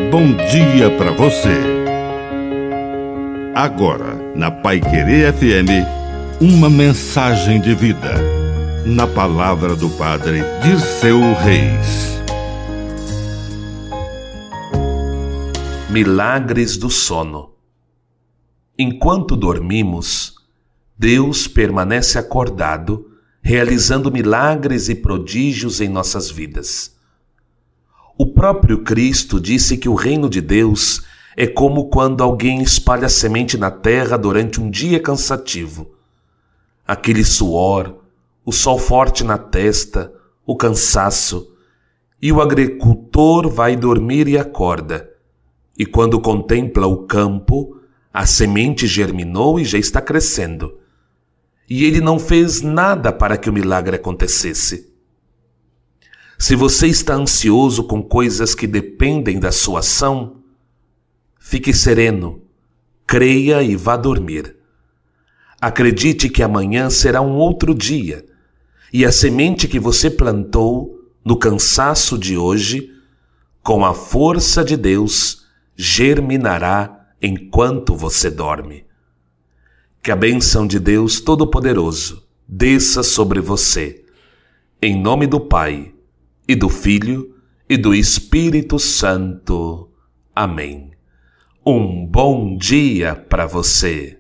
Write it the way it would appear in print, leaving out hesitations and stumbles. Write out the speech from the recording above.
bom dia para você. Agora, na Paiquerê FM, uma mensagem de vida. Na palavra do Padre Dirceu Reis. Milagres do sono. Enquanto dormimos, Deus permanece acordado, realizando milagres e prodígios em nossas vidas. O próprio Cristo disse que o reino de Deus é como quando alguém espalha semente na terra durante um dia cansativo. Aquele suor, o sol forte na testa, o cansaço, e o agricultor vai dormir e acorda. E quando contempla o campo, a semente germinou e já está crescendo. E ele não fez nada para que o milagre acontecesse. Se você está ansioso com coisas que dependem da sua ação, fique sereno, creia e vá dormir. Acredite que amanhã será um outro dia, e a semente que você plantou no cansaço de hoje, com a força de Deus, germinará enquanto você dorme. Que a bênção de Deus Todo-Poderoso desça sobre você, em nome do Pai, e do Filho, e do Espírito Santo. Amém. Um bom dia para você.